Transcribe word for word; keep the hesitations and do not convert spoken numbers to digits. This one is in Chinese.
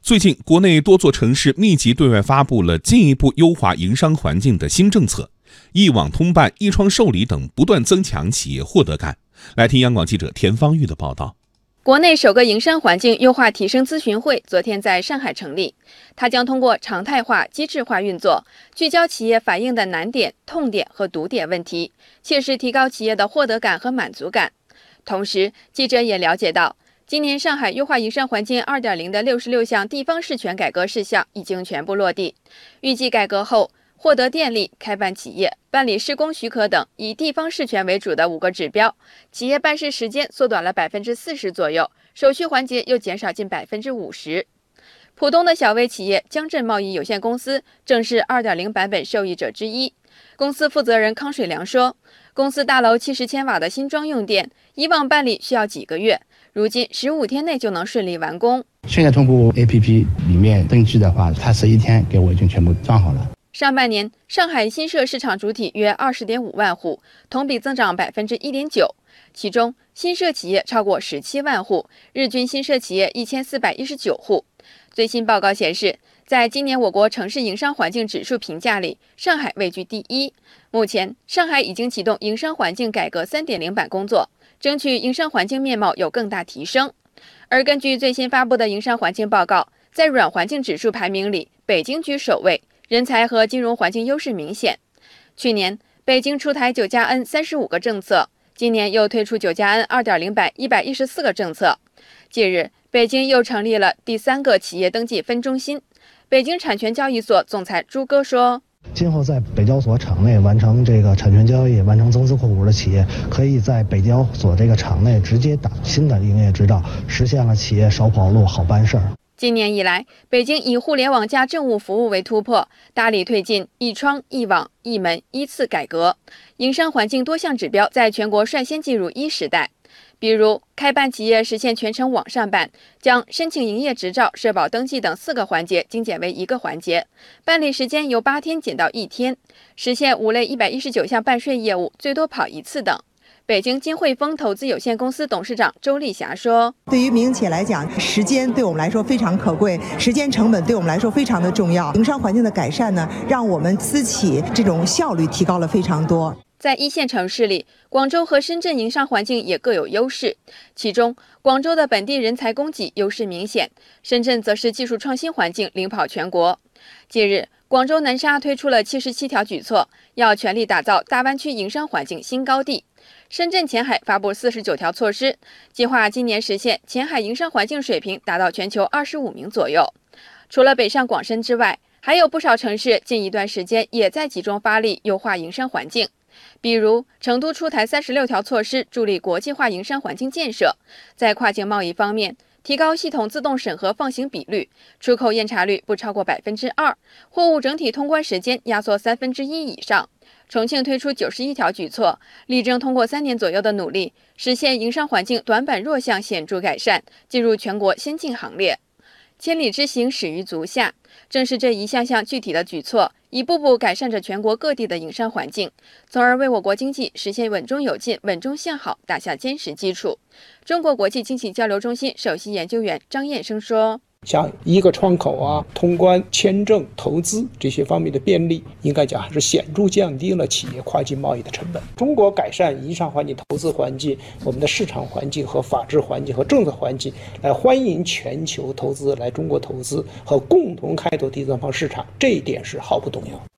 最近，国内多座城市密集对外发布了进一步优化营商环境的新政策，一网通办、一窗受理等不断增强企业获得感。来听央广记者田方玉的报道。 国内首个营商环境优化提升咨询会昨天在上海成立，它将通过常态化、机制化运作，聚焦企业反映的难点、痛点和堵点问题，切实提高企业的获得感和满足感。同时，记者也了解到，今年上海优化营商环境 二点零 的六十六项地方事权改革事项已经全部落地，预计改革后，获得电力、开办企业、办理施工许可等以地方事权为主的五个指标，企业办事时间缩短了百分之四十左右，手续环节又减少近百分之五十。浦东的小微企业江镇贸易有限公司正是 二点零 版本受益者之一。公司负责人康水良说，公司大楼七十千瓦的新装用电，以往办理需要几个月，如今十五天内就能顺利完工。 现在通过 A P P 里面登记的话，它十一天给我已经全部装好了。 上半年，上海新设市场主体约 二十点五万户，同比增长 百分之一点九， 其中新设企业超过十七万户，日均新设企业一千四百一十九户。最新报告显示，在今年我国城市营商环境指数评价里，上海位居第一。目前，上海已经启动营商环境改革 三点零 版工作，争取营商环境面貌有更大提升。而根据最新发布的营商环境报告，在软环境指数排名里，北京居首位，人才和金融环境优势明显。去年，北京出台九加 N 三十五个政策，今年又推出九加 N 二点零 版一百一十四个政策。近日，北京又成立了第三个企业登记分中心。北京产权交易所总裁朱哥说， 今后在北交所场内完成这个产权交易、完成增资扩股的企业，可以在北交所这个场内直接打新的营业执照，实现了企业少跑路、好办事儿。 今年以来，北京以互联网加政务服务为突破，大力推进一窗、一网、一门、一次改革，营商环境多项指标在全国率先进入一时代。比如，开办企业实现全程网上办，将申请营业执照、社保登记等四个环节精简为一个环节，办理时间由八天减到一天，实现五类一百一十九项办税业务最多跑一次等。北京金汇丰投资有限公司董事长周丽霞说， 对于民营企业来讲，时间对我们来说非常可贵，时间成本对我们来说非常的重要。营商环境的改善呢，让我们私企这种效率提高了非常多。 在一线城市里，广州和深圳营商环境也各有优势，其中广州的本地人才供给优势明显，深圳则是技术创新环境领跑全国。近日，广州南沙推出了七十七条举措，要全力打造大湾区营商环境新高地。深圳前海发布四十九条措施，计划今年实现前海营商环境水平达到全球二十五名左右。除了北上广深之外，还有不少城市近一段时间也在集中发力优化营商环境。比如，成都出台三十六条措施，助力国际化营商环境建设。在跨境贸易方面，提高系统自动审核放行比率，出口验查率不超过百分之二，货物整体通关时间压缩三分之一以上。重庆推出九十一条举措，力争通过三年左右的努力，实现营商环境短板弱项显著改善，进入全国先进行列。千里之行，始于足下。正是这一项项具体的举措，一步步改善着全国各地的营商环境，从而为我国经济实现稳中有进、稳中向好打下坚实基础。中国国际经济交流中心首席研究员张燕生说， 像一个窗口啊、通关、签证、投资这些方面的便利，应该讲还是显著降低了企业跨境贸易的成本。中国改善营商环境、投资环境、我们的市场环境和法治环境和政策环境，来欢迎全球投资来中国投资和共同开拓第三方市场，这一点是毫不动摇。